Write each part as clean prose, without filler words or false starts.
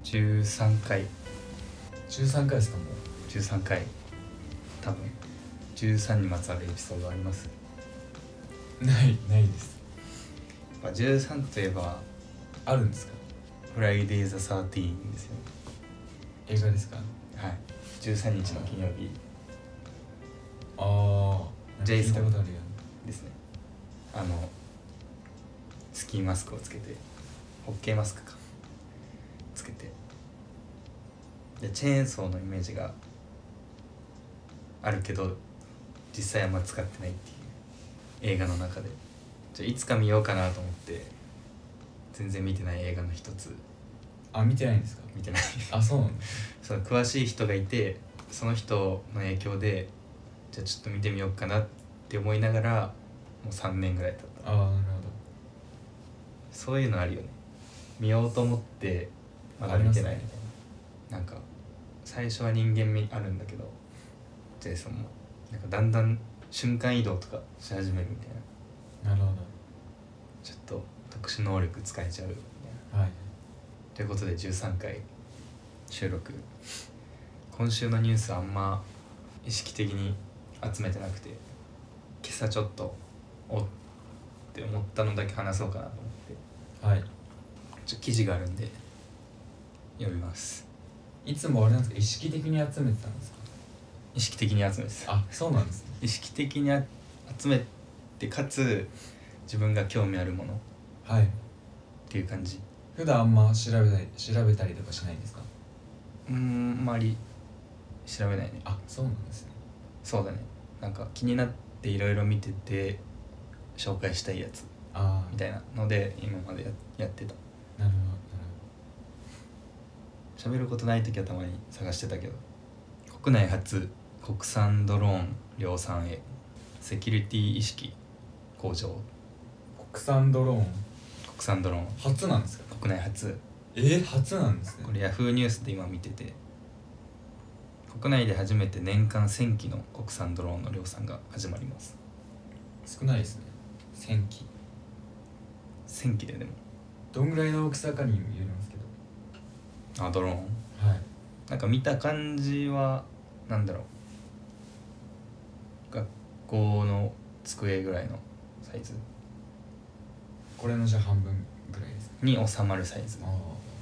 13回 13回ですか？も 13回多分13にまつわるエピソードあります？ うないです。 やっぱ13といえばあるんですか？ フライデーザ13ですよね。 映画ですか？ はい、13日の金曜日ああ、 ジェイソン聞いたことあるよ。 ですね。スキーマスクをつけて、ホッケーマスクかつけて、でチェーンソーのイメージがあるけど実際あんま使ってないっていう映画の中で、いつか見ようかなと思って全然見てない映画の一つ。 あ、見てないんですか？ 見てないあ、そうなんだ。 その詳しい人がいて、その人の影響でじゃあちょっと見てみようかなって思いながらもう3年ぐらい経った。 ああ、なるほど。 そういうのあるよね。見ようと思ってまだ見てないみたいな。なんか最初は人間味あるんだけど、ジェイソンもなんかだんだん瞬間移動とかし始めるみたいな。 なるほちょっと特殊能力使えちゃうみたいな。 ど。はい。 ということで13回収録。今週のニュースあんま意識的に集めてなくて、今朝ちょっとおって思ったのだけ話そうかなと思ってはい。 記事があるんで読みます。 いつもあれなんですか？意識的に集めてたんですか？ 意識的に集めてた。 あ、そうなんですね。 意識的に集めて、かつ自分が興味あるものっはい。 ていう感じ。 普段あんま調べたりとかしないんですか？ あんまり調べないね。 あ、そうなんですね。 そうだね。なんか気になっていろいろ見てて紹介したいやつああ、 みたいなので今までやってた。 なるほ喋ることない時はたまに探してたけど、国内初国産ドローン量産へ、セキュリティ意識向上。 ど。国産ドローン国産ドローン初なんですか？ 国内初。 初なんですね。 これヤフーニュースで今見てて、国内で初めて年間1000機の国産ドローンの量産が始まります。 少ないですね。1000機。 1000機ででもどんぐらいの大きさかによりますけど。 ドローンはい。 なんか見た感じはなんだろう、学校の机ぐらいのサイズこれのじゃあ半分ぐらいですか？ に収まるサイズ。 あ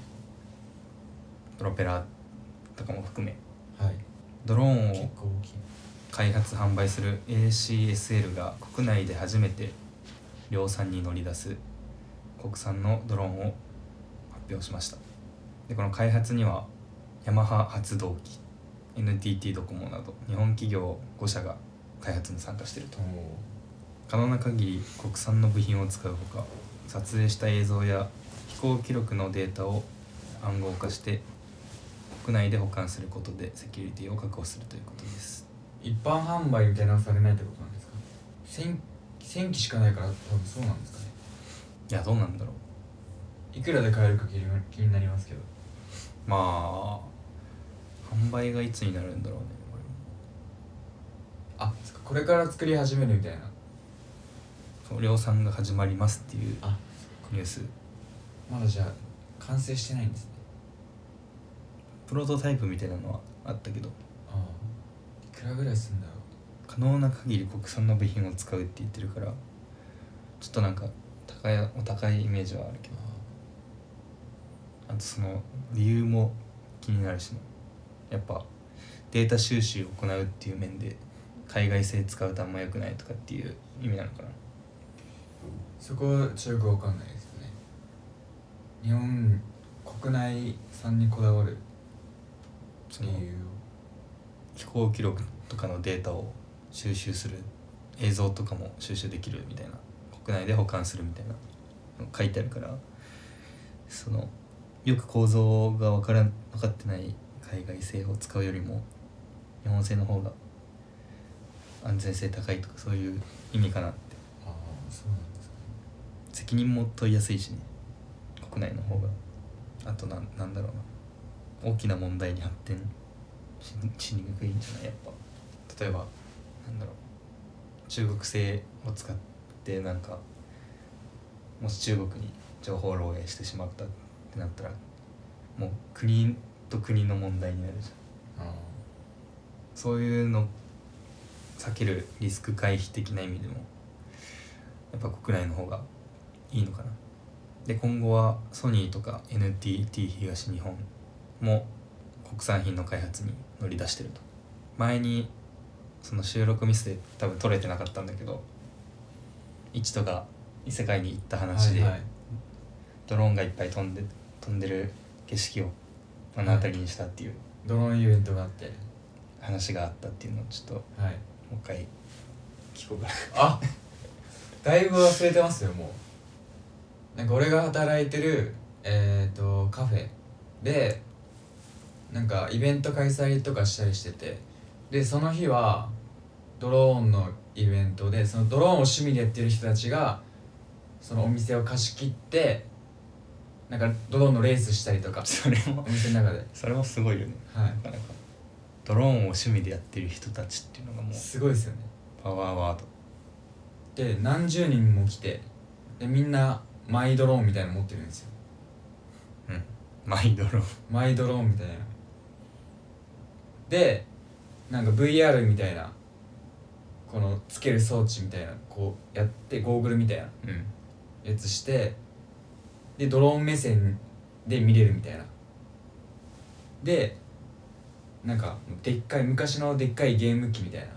プロペラとかも含めあ、はい。 ドローン結を構大きい。 開発販売する ACSL が国内で初めて量産に乗り出す国産のドローンを発表しました。でこの開発にはヤマハ発動機、 NTT ドコモなど日本企業5社が開発に参加していると。可能な限り国産の部品を使うほか、撮影した映像や飛行記録のデータを暗号化して国内で保管することでセキュリティを確保するということです。 一般販売みたいなのはされないってことなんですか？1000機しかないから多分そうなんですかね。 いやどうなんだろう。 いくらで買えるか気になりますけど。 まあ販売がいつになるんだろうね。 あ、これから作り始めるみたいな。 これ量産が始まりますっていうあ、 ニュース。 まだじゃあ完成してないんですね。 プロトタイプみたいなのはあったけど、 ああ、いくらぐらいするんだろう。 可能な限り国産の部品を使うって言ってるから、ちょっとなんかお高いイメージはあるけど、あとその理由も気になるしね。やっぱデータ収集を行うっていう面で海外製使うとあんま良くないとかっていう意味なのかな。 そこはちょっとよくわかんないですね。日本国内産にこだわるその理由を。 飛行記録とかのデータを収集する、映像とかも収集できるみたいな、国内で保管するみたいなの書いてあるから、そのよく構造が分かってない海外製を使うよりも日本製の方が安全性高いとか、そういう意味かなって。 ああ、そうなんですね。 責任も問いやすいしね、国内の方が。あとなんだろうな、大きな問題に発展しにくいんじゃない。やっぱ例えばなんだろう、中国製を使ってなんかもし中国に情報漏洩してしまったってなったらもう国と国の問題になるじゃん。そういうの避けるリスク回避的な意味でもやっぱ国内の方がいいのかな。で今後はソニーとか NTT 東日本も国産品の開発に乗り出してると。前にその収録ミスで多分撮れてなかったんだけど、一斗が異世界に行った話で、 はいはい、 ドローンがいっぱい飛んでる景色を目の当たりにしたっていうドローンイベントがあって、 話があったっていうのをちょっとはい、 もう一回聞こうかな。 あ、だいぶ忘れてますよ。もうなんか俺が働いてるカフェでなんかイベント開催とかしたりしてて、でその日はドローンのイベントで、そのドローンを趣味でやってる人たちがそのお店を貸し切ってなんかドローンのレースしたりとかそれもお店の中で、 それもすごいよね。 はなんかドローンを趣味でやってる人たちっていうのがもい、 うすごいですよね。 パワーワード。 で何十人も来て、でみんなマイドローンみたいなの持ってるんですよ。 マイドローン。 マイドローンみたいな。でなんか VR みたいなこのつける装置みたいなこうやってゴーグルみたいなやつして、でドローン目線で見れるみたいな。でなんかでっかい昔のでっかいゲーム機みたいな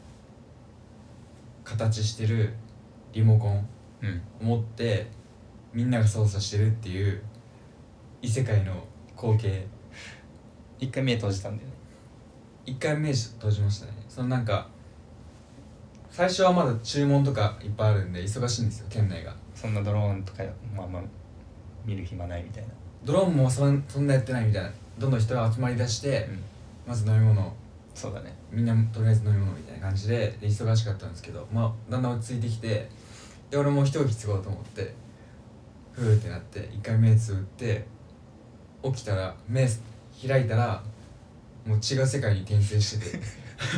形してるリモコンを持ってみんなが操作してるっていう異世界の光景。 一回目閉じたんだよね。 一回目閉じましたね。そのなんか最初はまだ注文とかいっぱいあるんで忙しいんですよ、店内が。 そんなドローンとかまあまあ見る暇ないみたいな。 ドローンもそんなやってないみたいな。どんどん人が集まりだして、まず飲み物、 そうだね。 みんなとりあえず飲み物みたいな感じで忙しかったんですけど、まあだんだん落ち着いてきて、で俺も一息つこうと思ってふーってなって一回目つぶって起きたら目開いたらもう違う世界に転生してて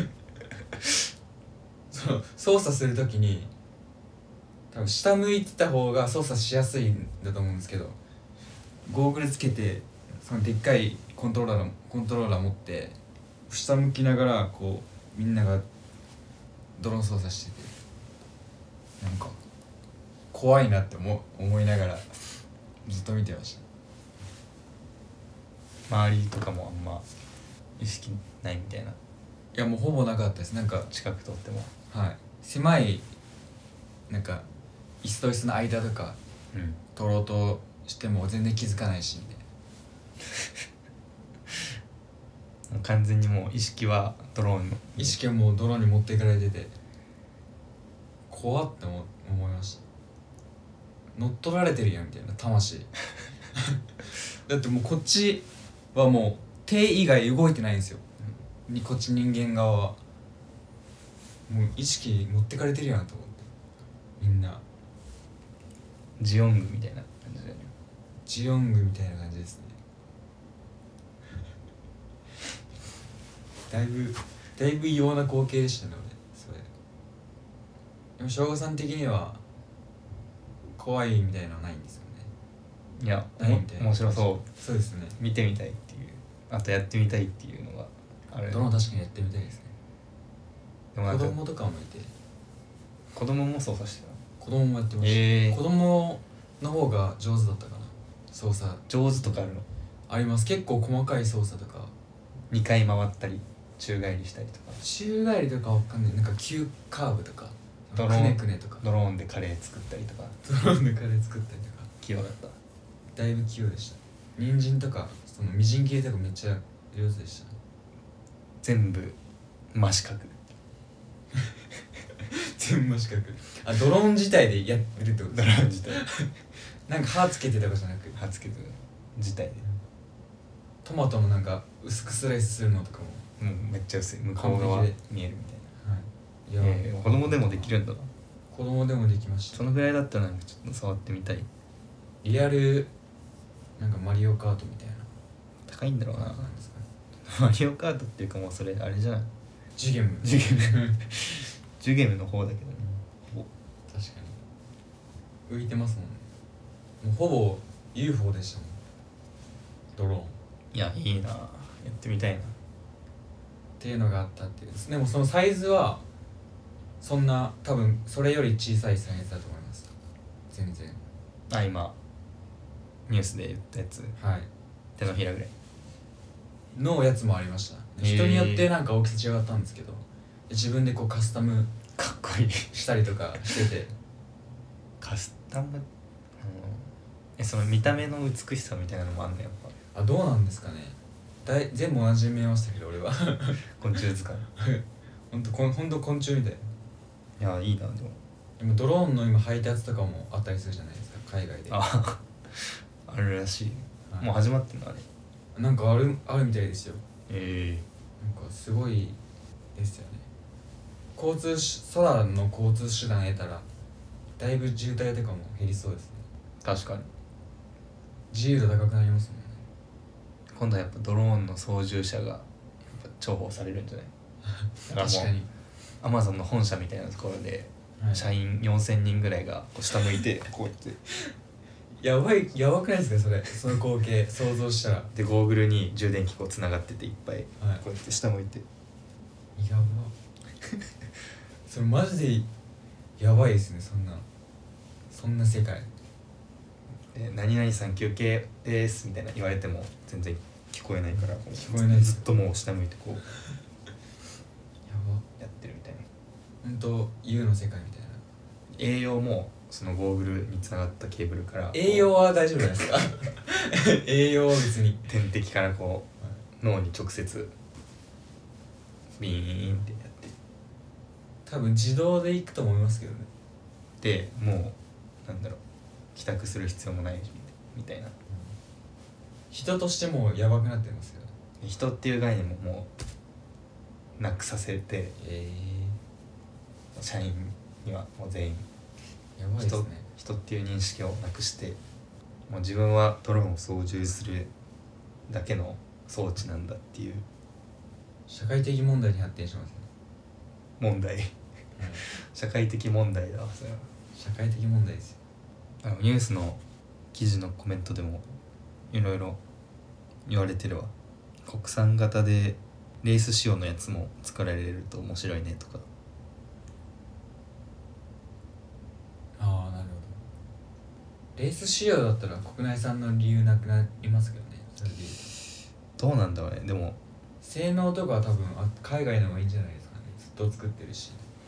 そう操作するときに多分下向いてた方が操作しやすいんだと思うんですけど、ゴーグルつけてそのでっかいコントローラー持って下向きながらこうみんながドローン操作してて、なんか怖いなって思いながらずっと見てました。 周りとかもあんま意識ないみたいな。 いやもうほぼなかったです。なんか近く通っても。 はい狭いなんか椅子と椅子の間とか取ろうとしても全然気づかないしみたいな。 もう完全にもう意識はドローンの意識はもうドローンに持っていかれてて怖って思いました。乗っ取られてるやんみたいな魂だってもうこっちはもう手以外動いてないんですよ、こっち人間側はもう意識持ってかれてるやんと思って、みんなジオングみたいな感じだよね。 ジオングみたいな感じですねだいぶ異様な光景でしたね俺それ。でも省吾さん的には怖いみたいなのはないんですよね。 いやないみたいな。 面白そう。 そうですね。 見てみたいっていう、あとやってみたいっていうのがある。 ドローン確かにやってみたいですね。 でもなんか子供とかもいて、 子供も操作して子供もやってました、 た。 子供の方が上手だったかな。操作上手とかあるの？ あります。結構細かい操作とか 2回回ったり宙返りしたりとか、 宙返りとかわかんない、なんか急カーブとかくドローンねくねとかドローンでカレー作ったりとか。 ドローンでカレー作ったりとか器用だった。 だいぶ器用でした。人参とかそのみじん切りとかめっちゃ上手でした。 全部真四角。 全部四角。あ、ドローン自体でやってるってことドローン自体なんか歯つけてとかじゃなく、 歯つけて自体でトマトのなんか薄くスライスするのとかも、 もうめっちゃ薄い、向こう側完璧見えるみたいはい、いや、 な。子供でもできるんだな。 子供でもできました。 そのぐらいだったらなんかちょっと触ってみたい。 リアルなんかマリオカートみたいな高いんだろうな。 なんですかね。 マリオカートっていうかもうそれあれじゃん。 ジュゲムジュゲムジュゲムの方だけどね。 確かに浮いてますもんね。もうほぼ UFO でしたもん。 ドローンっいやいいな、やってみたいな。 ていうのがあったっていうです。でもそのサイズはそんな多分それより小さいサイズだと思います。全然。 あ、今ニュースで言ったやつ、 はい手のひらぐらいのやつもありました。人によってなんか大きさ違ったんですけど、自分でこうカスタムかっこいいしたりとかしててカスタム、その見た目の美しさみたいなのもあんねやっぱ。 どうなんですかね。全部同じに見えましたけど俺は昆虫図鑑ほんと昆虫みたい。 いやいいな。でもでもドローンの今配達とかもあったりするじゃないですか、海外で。 あるらしい、 はい、 もう始まってんのあれ。 なんかあるみたいですよ。 えなんかすごいですよね。空の交通手段得たらだいぶ渋滞とかも減りそうですね。 確かに。 自由度高くなりますもんね。 今度はやっぱドローンの操縦者がやっぱ重宝されるんじゃないだからもう確かに、 アマゾンの本社みたいなところではい社員4000人ぐらいがこう下向いてこうやってやばくないですかその光景想像したら。 でゴーグルに充電器こうつながってていっぱいはいこうやって下向いて、 やばそれマジでやばいですね。そんな世界。 で何々さん休憩ですみたいな言われても全然聞こえないから聞こえないずっともう下向いてこうやばやってるみたいな。 ほんと U の世界みたいな。 栄養もそのゴーグルにつながったケーブルから栄養は大丈夫なんですか栄養は別に。 点滴からこう脳に直接ビーンってやって多分自動で行くと思いますけどね。 でもうなんだろう帰宅する必要もないみたいな。 人としてもやばくなってますよね。 人っていう概念ももうなくさせて社員にはもう全員やばいですね。 人っていう認識をなくしてもう自分はドローンを操縦するだけの装置なんだっていう社会的問題に発展しますね。 問題社会的問題だそれは。 社会的問題ですよ。 ニュースの記事のコメントでもいろいろ言われてるわ。国産型でレース仕様のやつも作られると面白いねとか。 ああなるほど。レース仕様だったら国内産の理由なくなりますけどね。それでいうとどうなんだろうね。でも性能とかは多分海外の方がいいんじゃないですかね。ずっと作ってるし。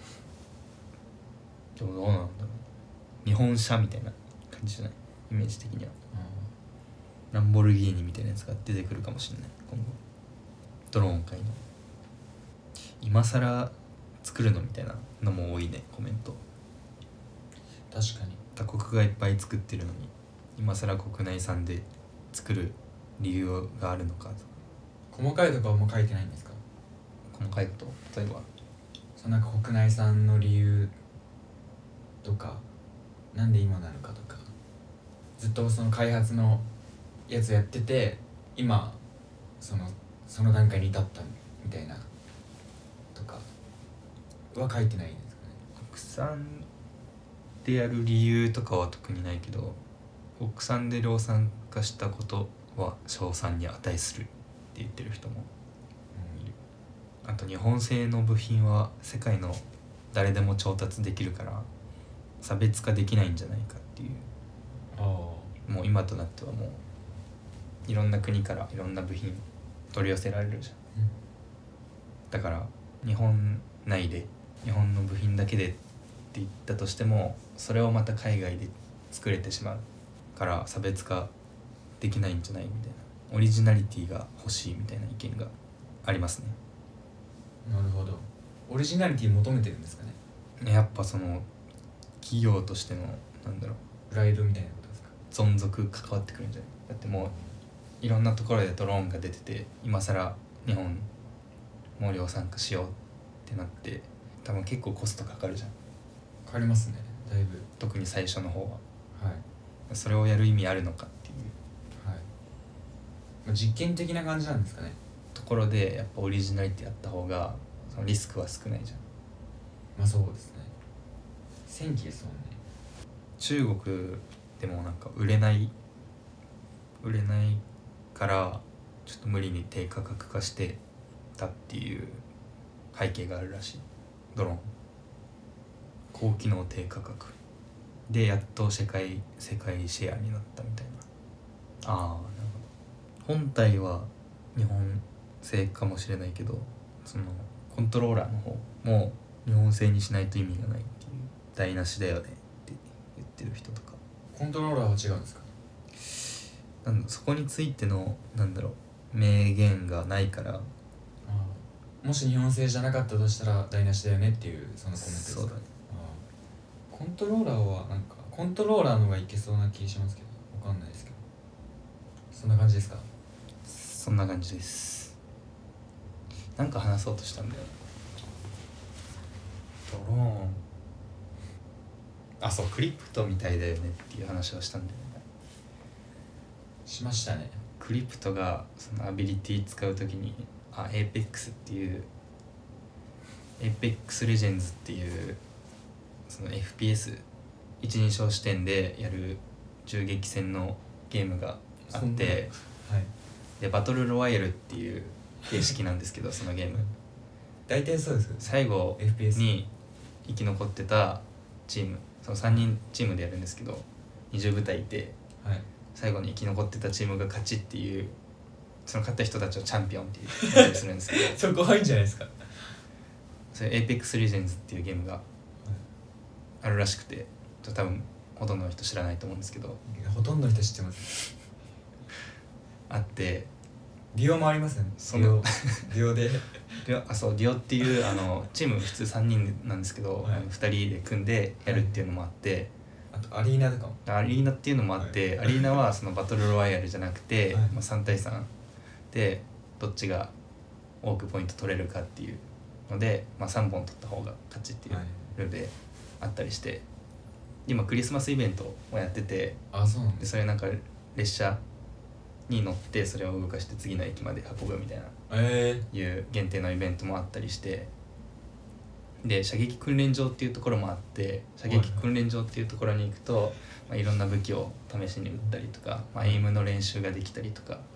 どうなんだろう。日本車みたいな感じじゃないイメージ的には。ランボルギーニみたいなやつが出てくるかもしれない今後。ドローン界の今更作るのみたいなのも多いねコメント。 確かに。 他国がいっぱい作ってるのに今更国内産で作る理由があるのかとか。 細かいところも書いてないんですか。 細かいこと例えばなんか国内産の理由とかなんで今なのかとか、ずっとその開発のやつやってて今その段階に至ったみたいなとかは書いてないんですかね。 国産でやる理由とかは特にないけど国産で量産化したことは称賛に値するって言ってる人もいる。あと日本製の部品は世界の誰でも調達できるから差別化できないんじゃないかっていう。もう今となってはもういろんな国からいろんな部品取り寄せられるじゃん、だから日本内で日本の部品だけでって言ったとしてもそれをまた海外で作れてしまうから差別化できないんじゃないみたいな、オリジナリティが欲しいみたいな意見がありますね。 なるほど。オリジナリティ求めてるんですかね。 やっぱその企業としてのなんだろうプライドみたいなことですか。 存続関わってくるんじゃない。だってもういろんなところでドローンが出てて今更日本も量産化しようってなって多分結構コストかかるじゃん。 かかりますねだいぶ。 特に最初の方は。 はいそれをやる意味あるのかっていうはい。実験的な感じなんですかね。 ところでやっぱオリジナリティあった方がそのリスクは少ないじゃん。 まあそうですね。戦機ですもんね。 中国でもなんか売れないからちょっと無理に低価格化してたっていう背景があるらしい。ドローン高機能低価格でやっと世界シェアになったみたいな。ああ、なるほど。本体は日本製かもしれないけど、そのコントローラーの方も日本製にしないと意味がないっていう、台無しだよねって言ってる人とか。 コントローラーは違うんですか？ そこについての明言がないから。 もし日本製じゃなかったとしたら台無しだよねっていうそのコメントですか？ そうだね。 コントローラーはコントローラーの方がいけそうな気しますけど、わかんないですけど、そんな感じですか？ そんな感じです。なんか話そうとしたんだよ。ドローン、あ、そう、クリプトみたいだよねっていう話をしたんだよね。 しましたね。 クリプトがそのアビリティ使うときにAPEX っていう APEX Legends っていうその FPS 一人称視点でやる銃撃戦のゲームがあって、 はい、 でバトルロワイヤルっていう形式なんですけどそのゲーム大体そうですよ。 最後 FPS に生き残ってたチーム、その3人チームでやるんですけど、20部隊いて、 はい、 最後に生き残ってたチームが勝ちっていう、その勝った人たちをチャンピオンって言ったりするんですけどそれ怖いんじゃないですか？ それ APEX Legends っていうゲームがあるらしくて、多分ほとんどの人知らないと思うんですけど、 ほとんどの人知ってます。 あって、 ディオもありますよね。 そのディオでそうディオっていうチーム普通3人なんですけど、 はい、 2人で組んでやるっていうのもあって、 あとアリーナとかもアリーナっていうのもあって、はい、アリーナはそのバトルロワイヤルじゃなくて、 はい、 3対3でどっちが多くポイント取れるかっていうので、3本取った方が勝ちっていうルールであったりして、今クリスマスイベントをやってて、 そうなんです。 それ列車に乗ってそれを動かして次の駅まで運ぶみたいな、いう限定のイベントもあったりして、で射撃訓練場っていうところもあって、射撃訓練場っていうところに行くと、いろんな武器を試しに撃ったりとか、エイムの練習ができたりとか、 はい、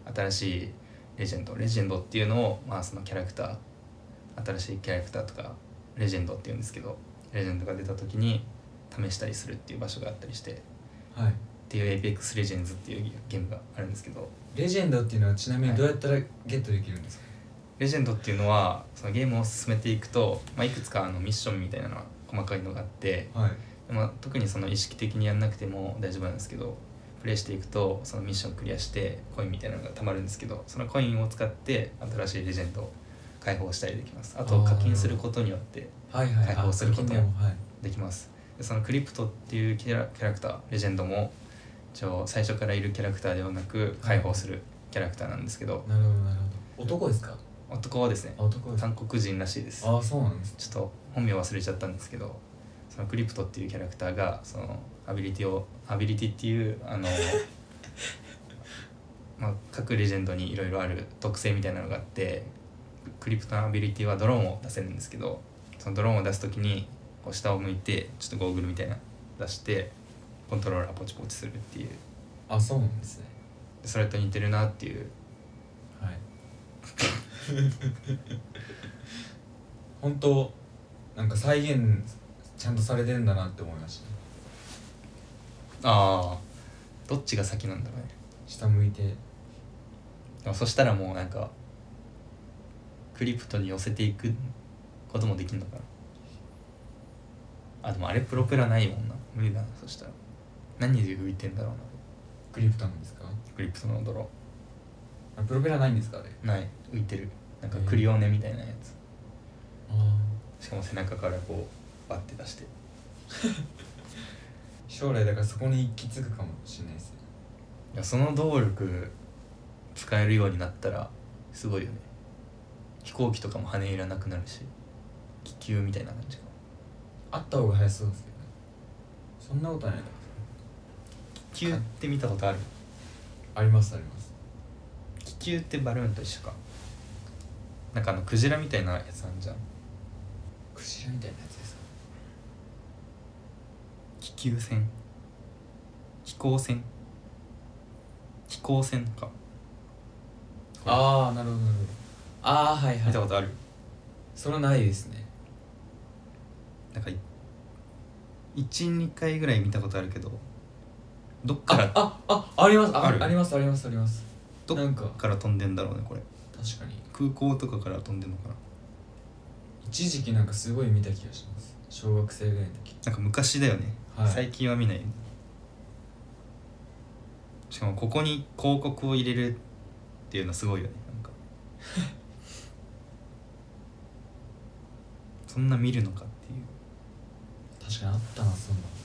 新しいレジェンドっていうのを、そのキャラクター、新しいキャラクターとかレジェンドっていうんですけど、レジェンドが出た時に試したりするっていう場所があったりして、 はい、 っていう APEX Legends っていうゲームがあるんですけど、 レジェンドっていうのはちなみにどうやったらゲットできるんですか？ レジェンドっていうのはそのゲームを進めていくと、いくつかミッションみたいなのは細かいのがあって、 はい、 特にその意識的にやんなくても大丈夫なんですけど、プレイしていくとそのミッションクリアしてコインみたいなのがたまるんですけど、そのコインを使って新しいレジェンドを解放したりできます。あと課金することによって解放することもできます。でそのクリプトっていうキャラクター、レジェンドも一応最初からいるキャラクターではなく解放するキャラクターなんですけど、 なるほどなるほど。男ですか？ 男ですね。 男です。 韓国人らしいです。 そうなんです。 ちょっと本名忘れちゃったんですけど、そのクリプトっていうキャラクターがそのアビリティっていう各レジェンドにいろいろある特性みたいなのがあって、クリプトのアビリティはドローンを出せるんですけど、そのドローンを出すときにこう下を向いてちょっとゴーグルみたいな出してコントローラーポチポチするっていう。 そうなんですね。 それと似てるなっていう。 はい本当なんか再現ちゃんとされてるんだなって思いました。 どっちが先なんだろうね。 下向いて。 でもそしたらもうクリプトに寄せていくこともできるのかな。でもあれプロペラないもんな、無理だな。そしたら何で浮いてんだろうな。 クリプトなんですか？ クリプトの泥プロペラないんですか？あれない、浮いてる。クリオネみたいなやつ。しかも背中からこうバッて出して将来だからそこに行き着くかもしれないですね。 いや、その動力使えるようになったらすごいよね。飛行機とかも羽いらなくなるし、気球みたいな感じか。 あった方が早そうですけどね。そんなことないか。 気球って見たことある？ ありますあります。 気球ってバルーンと一緒か。クジラみたいなやつあんじゃん。 クジラみたいなやつですか？ 気球船、飛行船か。 ああなるほどなるほど。ああはいはい。 見たことある？ それはないですね。 なんか12回ぐらい見たことあるけど、どっからあります。 あるありますありますあります。 どっなんかから飛んでんだろうねこれ。 確かに空港とかから飛んでんのかな。 一時期なんかすごい見た気がします。小学生ぐらいの時。 なんか昔だよね、 はい最近は見ない。しかもここに広告を入れるっていうのすごいよね。なんかそんな見るのかっていう。 確かにあったなそんなの。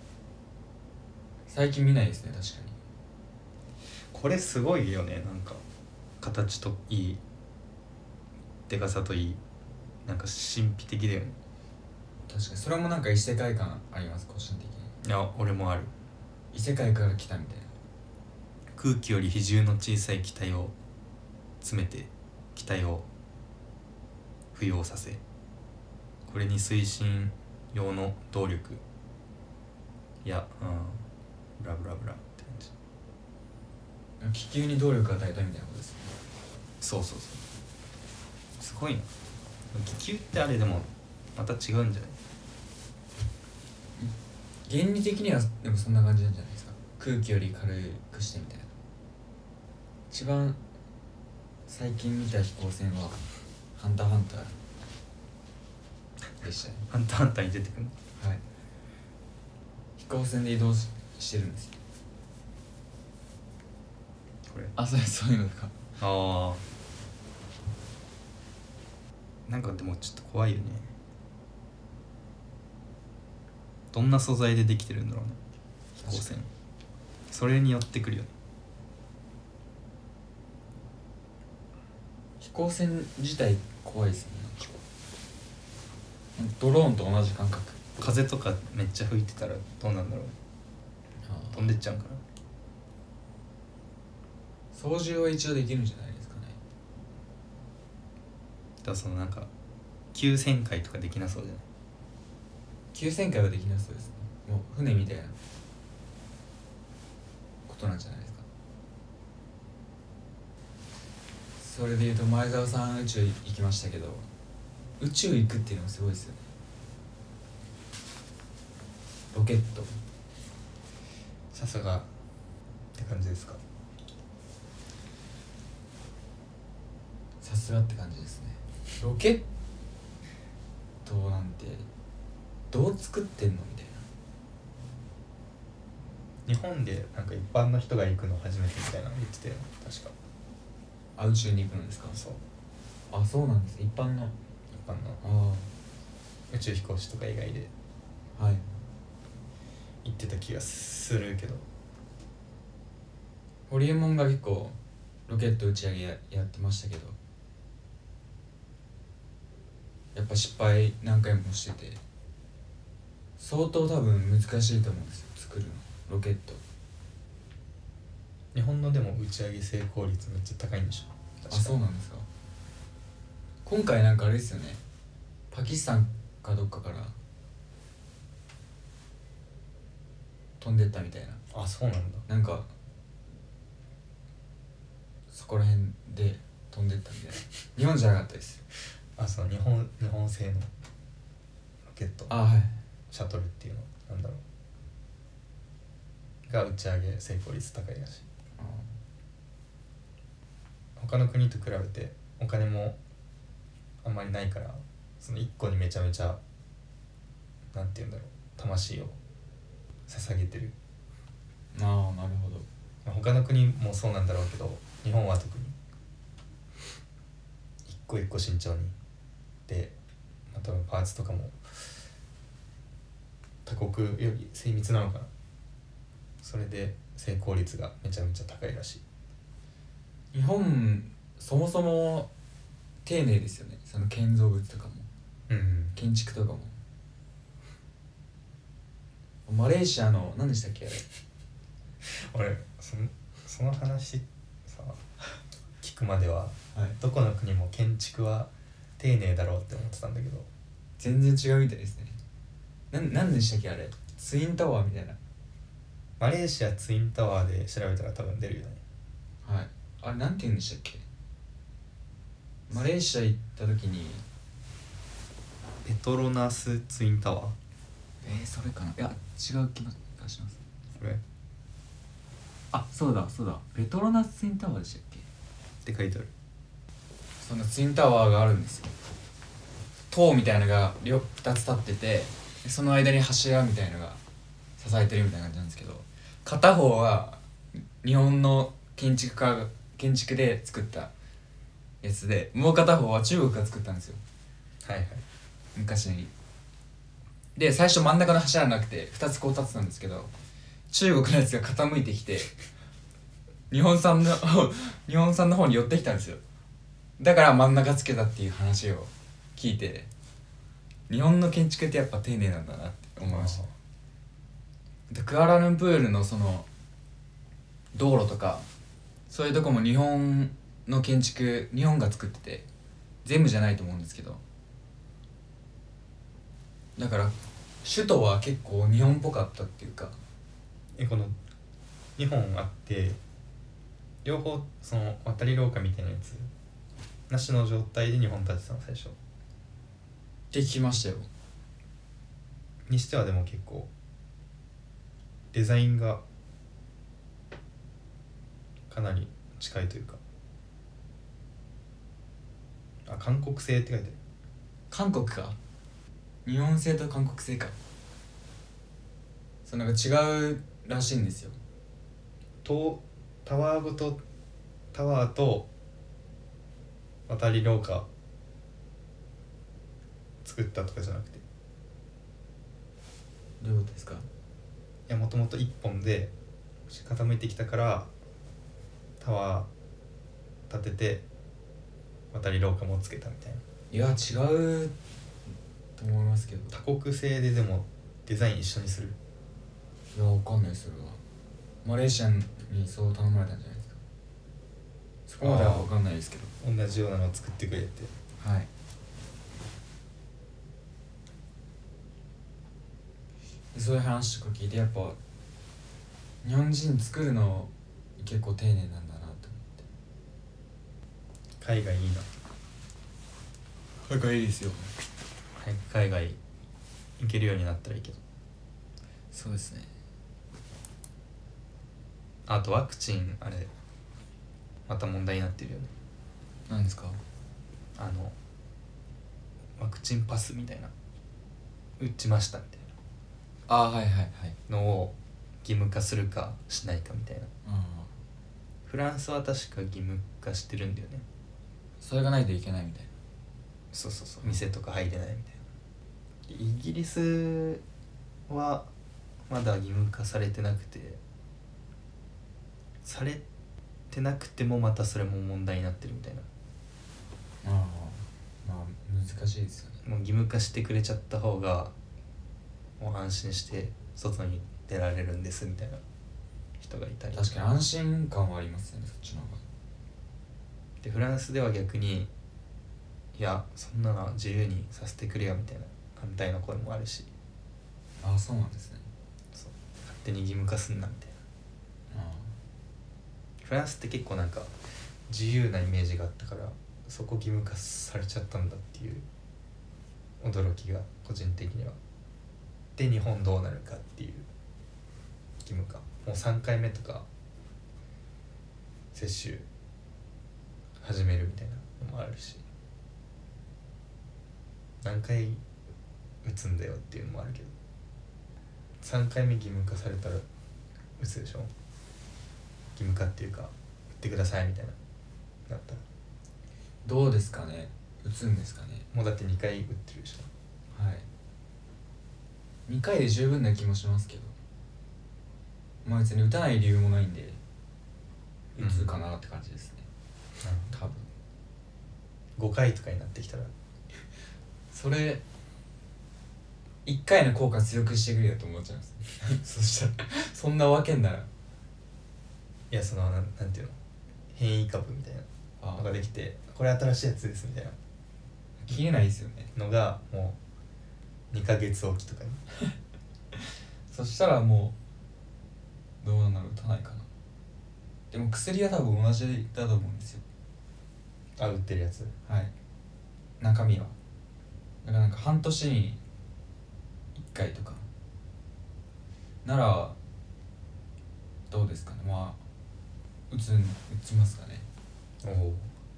最近見ないですね確かに。 これすごいよね。なんか形といい、でかさといい、なんか神秘的だよね。 確かにそれもなんか異世界感あります。個人的にいや俺もある。 異世界から来たみたいな。 空気より比重の小さい気体を詰めて気体を浮揚させ、これに推進用の動力や、ブラブラブラって感じ。 気球に動力を与えたみたいなことですね。 そうそうそう、すごいな。気球ってあれでもまた違うんじゃない？ 原理的にはでもそんな感じなんじゃないですか。空気より軽くしてみたいな。一番最近見た飛行船はハンターハンターでしたね。 ハンターハンターに出てくるの？ はい。飛行船で移動してるんですよ。 これそういうのとか。 ああ、なんかでもちょっと怖いよね。どんな素材でできてるんだろうね、飛行船。それによってくるよね。 飛行船自体怖いですね。なんかドローンと同じ感覚。 風とかめっちゃ吹いてたらどうなんだろう。飛んでっちゃうんかな。 操縦は一応できるんじゃないですかね。 だからそのなんか急旋回とかできなそうじゃない？ 急旋回はできなそうですね。もう船みたいなことなんじゃないですか。それでいうと前澤さん宇宙行きましたけど、宇宙行くっていうのもすごいですよね。ロケット。 さすがって感じですか？ さすがって感じですね。ロケットなんてどう作ってんのみたい日本でなんか一般の人が行くの初めてみたいなの言ってたよね、確か。 な。宇宙に行くのですか？ そう、 そうなんです。一般の。 一般のあ宇宙飛行士とか以外であはい。 行ってた気がするけど。 ホリエモンが結構ロケット打ち上げやってましたけど、やっぱ失敗何回もしてて、相当多分難しいと思うんですよ、作るのロケット。 日本のでも打ち上げ成功率めっちゃ高いんでしょ。 そうなんですか。今回なんかあれですよね、パキスタンかどっかから飛んでったみたいな。 そうなんだ。 なんかそこら辺で飛んでったみたいな。日本じゃなかったです。 その日本製のロケットはい。 シャトルっていうのなんだろうが打ち上げ成功率高いらしい。他の国と比べてお金もあんまりないから、その1個にめちゃめちゃなんていうんだろう、魂を捧げてる。 なるほど。 他の国もそうなんだろうけど、日本は特に一個一個慎重にで、多分パーツとかも他国より精密なのかな。それで成功率がめちゃめちゃ高いらしい。 日本そもそも丁寧ですよね。その建造物とかも建築とかも。マレーシアの何でしたっけあれ。 俺その話さ聞くまでは、 はい、 どこの国も建築は丁寧だろうって思ってたんだけど、 全然違うみたいですね。何でしたっけあれ。ツインタワーみたいな。 マレーシアツインタワーで調べたら多分出るよね。 はい。あれなんて言うんでしたっけ。 マレーシア行った時にペトロナスツインタワー、 それかな、いや違う気がします。 これっあ、そうだペトロナスツインタワーでしたっけ。 て書いてある。 そんなツインタワーがあるんですよ。塔みたいなのが2つ立ってて、その間に柱みたいなのが支えてるみたいな感じなんですけど、片方は日本の建築で作ったやつで、もう片方は中国が作ったんですよ、 はいはい。 昔に。で最初真ん中の柱なくて2つこう立ってたんですけど、中国のやつが傾いてきて日本産の方に寄ってきたんですよ。だから真ん中つけたっていう話を聞いて、日本の建築ってやっぱ丁寧なんだなって思いました。でクアラルンプールのその道路とかそういうとこも日本の建築、日本が作ってて、全部じゃないと思うんですけど、だから首都は結構日本っぽかったっていうか。 この2本あって両方その渡り廊下みたいなやつなしの状態で2本立てたの最初って聞きましたよ。 にしては。でも結構デザインがかなり近いというか、韓国製って書いてある。 韓国か、日本製と韓国製か、そうなんか違うらしいんですよ。 タワーと渡り廊下作ったとかじゃなくて、 どういうことですか。 いやもともと1本で傾いてきたからタワー立てて渡り廊下もつけたみたいな。 いや違うと思いますけど。 多国製ででもデザイン一緒にする。 いやわかんないです。それはマレーシアにそう頼まれたんじゃないですか。そこまではわかんないですけど。 同じようなのを作ってくれて。 はい。そういう話とか聞いて、やっぱ日本人作るの結構丁寧なんだなって思って。 海外いいな。 海外いいですよ。 早く海外行けるようになったらいいけど。 そうですね。 あとワクチンあれまた問題になってるよね。 何ですか。 ワクチンパスみたいな、打ちましたみたいはいはいはい。 なのを義務化するかしないかみたいな。 あフランスは確か義務化してるんだよね。 それがないといけないみたいな。 そう店とか入れないみたいな。イギリスはまだ義務化されてなくてもまたそれも問題になってるみたいな。 まあ難しいですよね。 もう義務化してくれちゃった方がもう安心して外に出られるんですみたいな人がいたり。 確かに安心感はありますよね、そっちの方が。 でフランスでは逆にいやそんなの自由にさせてくれよみたいな反対の声もあるし、 そうなんですね。 そう勝手に義務化すんなみたいな。フランスって結構なんか自由なイメージがあったから、そこ義務化されちゃったんだっていう驚きが個人的には。で日本どうなるかっていう。義務化もう3回目とか接種始めるみたいなのもあるし、何回打つんだよっていうのもあるけど、3回目義務化されたら打つでしょ。義務化っていうか打ってくださいみたいななったら。 どうですかね、打つんですかね。 もうだって2回打ってるでしょ。 はい。2回で十分な気もしますけど、まあ別に打たない理由もないんで打つかなって感じですね、多分。 5回とかになってきたらそれ1回の効果強くしてくれよと思っちゃいますそしたらそんなわけんなら。 いやそのなんていうの、変異株みたいなのができて、これ新しいやつですみたいな消えないですよね。 のがもう2ヶ月おきとかにそしたらもうどうなんだろう、打たないかな。でも薬は多分同じだと思うんですよ。 あ、売ってるやつ。 はい、中身はだからなんか半年に1回とかならどうですかね。まあ打ちますかね。 おお、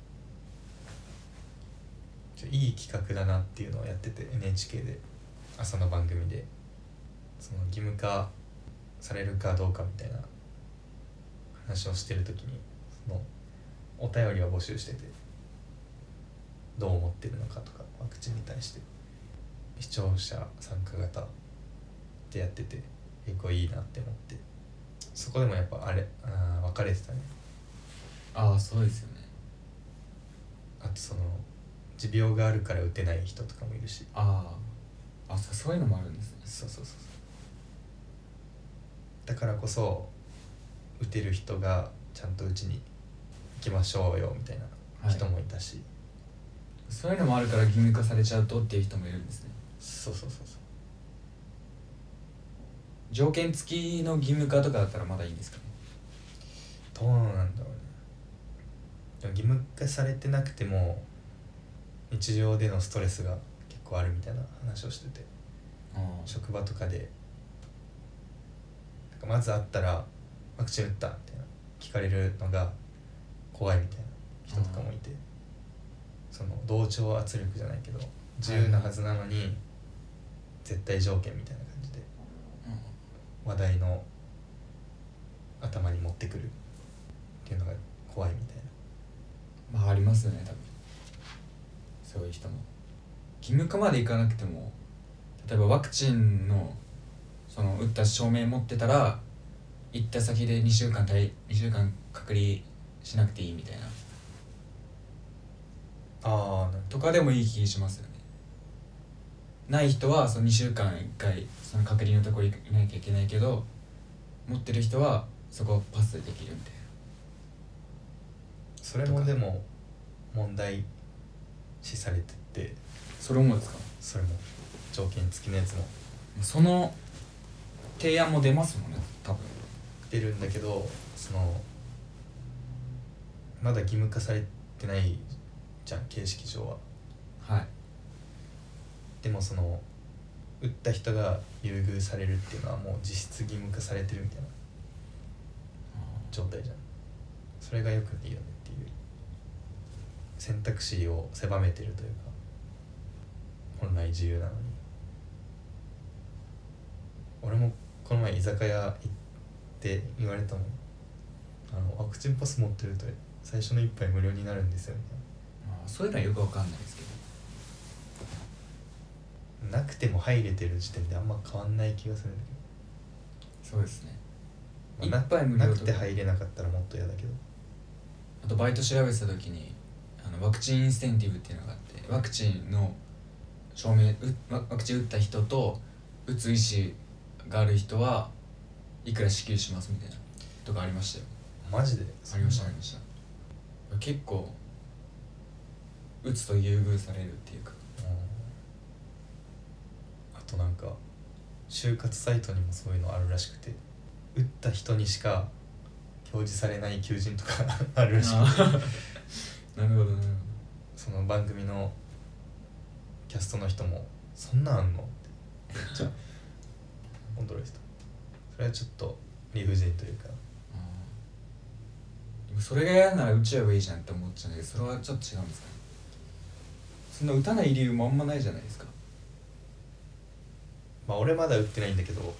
いい企画だなっていうのをやってて、 NHK で朝の番組でその義務化されるかどうかみたいな話をしてるときに、そのお便りを募集してて、どう思ってるのかとか、ワクチンに対して視聴者参加型でやってて、結構いいなって思って、そこでもやっぱ分かれてたね。 ああ、そうですよね。 あとその持病があるから打てない人とかもいるし。 そういうのもあるんですね。 そうだからこそ打てる人がちゃんとうちに行きましょうよみたいな人もいたし、 そういうのもあるから義務化されちゃうとっていう人もいるんですね。 そう条件付きの義務化とかだったらまだいいんですかね。 どうなんだろうね。でも義務化されてなくても日常でのストレスが結構あるみたいな話をしてて、職場とかでなんかまず会ったらワクチン打ったみたいな聞かれるのが怖いみたいな人とかもいて、その同調圧力じゃないけど自由なはずなのに絶対条件みたいな感じで話題の頭に持ってくるっていうのが怖いみたいな。 まあありますよね、多分そういう人も。義務化までいかなくても、例えばワクチンのその打った証明持ってたら行った先で2週間隔離しなくていいみたいなとかでもいい気しますよね。ない人はその2週間1回その隔離のところにいなきゃいけないけど、持ってる人はそこをパスできるみたいな。 それもでも問題視されてて。 それもですか。 それも条件付きのやつもその提案も出ますもんね、多分。 出るんだけど、そのまだ義務化されてないじゃん、形式上は。 はい。 でもその打った人が優遇されるっていうのはもう実質義務化されてるみたいな状態じゃん。それがよくないよねっていう、選択肢を狭めてるというか、本来自由なのに。俺もこの前居酒屋行って言われたもん、ワクチンパス持ってると最初の一杯無料になるんですよみたいそういうのはよくわかんないですけな。なくても入れてる時点であんま変わんない気がするんだど。そうですね。 けど、 一杯無料とかなくて入れなかったらもっと嫌だけど。 あとバイト調べてた時にワクチンインセンティブっていうのがあって、ワクチンの証明、ワクチン打った人と打つ意思がある人はいくら支給しますみたいなとかありましたよ。 マジで？ ありました。結構打つと優遇されるっていうか。 あとなんか就活サイトにもそういうのあるらしくて、打った人にしか表示されない求人とかあるらしくてなるほど。 その番組のキャストの人もそんなんあんのってめっちゃ驚いてた。それはちょっと理不尽というか。 でもそれが嫌なら打ち合えばいいじゃんって思っちゃうんだけど、それはちょっと違うんですかね。そんな打たない理由もあんまないじゃないですか。 まあ俺まだ打ってないんだけど、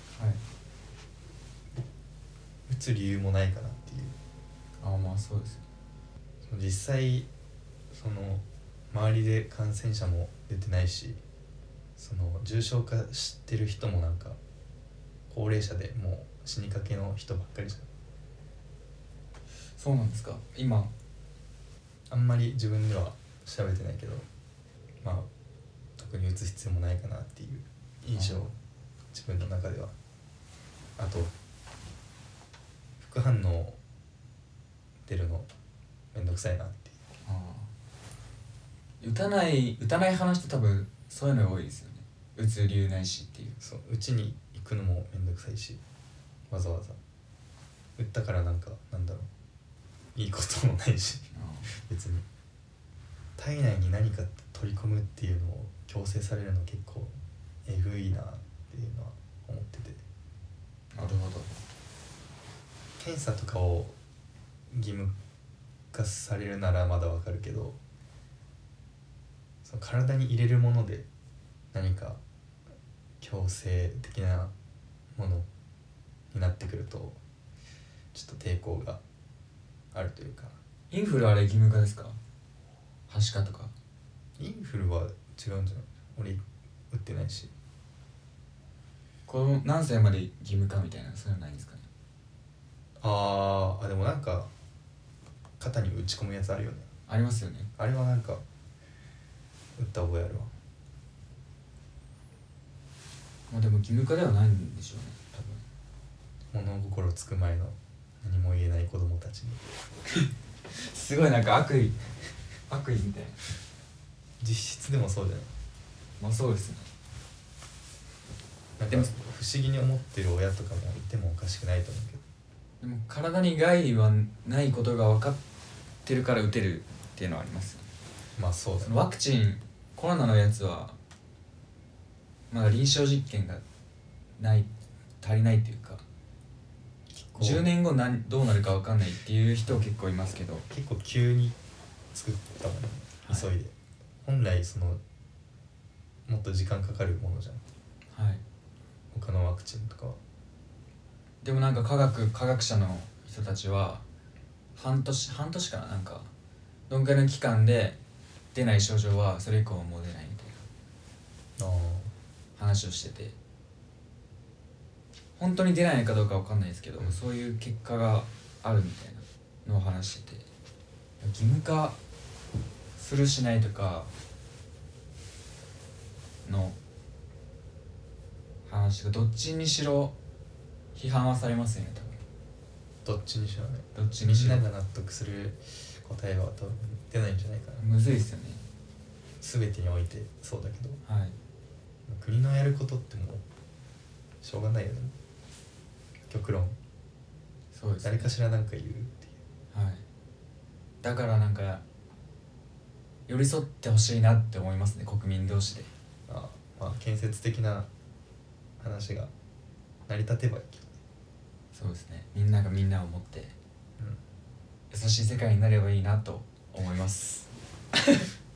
打つ理由もないかなっていう。 まあそうですよ。 実際その周りで感染者も出てないし、その重症化してる人もなんか高齢者でもう死にかけの人ばっかりじゃん。 そうなんですか。今あんまり自分では調べてないけど、まあ特に打つ必要もないかなっていう印象、自分の中では。あと副反応出るのめんどくさいなっていう。 打たない派の人多分そういうのが多いですよね。打つ理由ないしっていう。 そう、うちに行くのもめんどくさいし、わざわざ打ったからなんかなんだろう、いいこともないし別に。 体内に何か取り込むっていうのを強制されるの結構えぐいなっていうのは思ってて、 なるほど。 検査とかを義務化されるならまだわかるけど、その体に入れるもので何か強制的なものになってくるとちょっと抵抗があるというか。 インフルあれ義務化ですか？はしかとか。 インフルは違うんじゃない？俺打ってないし。 この何歳まで義務化みたいな、そういうのないんですかね？ でもなんか肩に打ち込むやつあるよね。 ありますよね。 あれはなんか打った覚えあるわ。 まあでも義務化ではないんでしょうね、多分。 物心つく前の何も言えない子供たちにすごいなんか悪意みたいな。 実質でもそうじゃない？ まあそうですね。 なんか不思議に思ってる親とかもいてもおかしくないと思うけど。 でも体に害はないことが分かってるから打てるっていうのはありますよね。 まあそうだね。 そのワクチン、コロナのやつはまだ臨床実験が足りないっていうか、10年後どうなるか分かんないっていう人結構いますけど。 結構急に作ったもんね、急いで。本来そのもっと時間かかるものじゃん、 はい。 他のワクチンとかは。 でもなんか科学者の人たちは半年かな、なんかどんくらいの期間で出ない症状はそれ以降はもう出ないみたいな話をしてて、本当に出ないかどうかわかんないですけど、そういう結果があるみたいなのを話してて、義務化するしないとかの話がどっちにしろ批判はされますよね、多分。 どっちにしろね。 どっちにしろみんなが納得する答えは多分出ないんじゃないかな。 むずいっすよね。 全てにおいてそうだけど、 はい。 国のやることってもうしょうがないよね、極論。 そうですね。 誰かしらなんか言うっていう。 はい。だからなんか寄り添ってほしいなって思いますね、国民同士で。 まあ建設的な話が成り立てばいいけどね。 そうですね。みんながみんなを持ってうん優しい世界になればいいなと思います。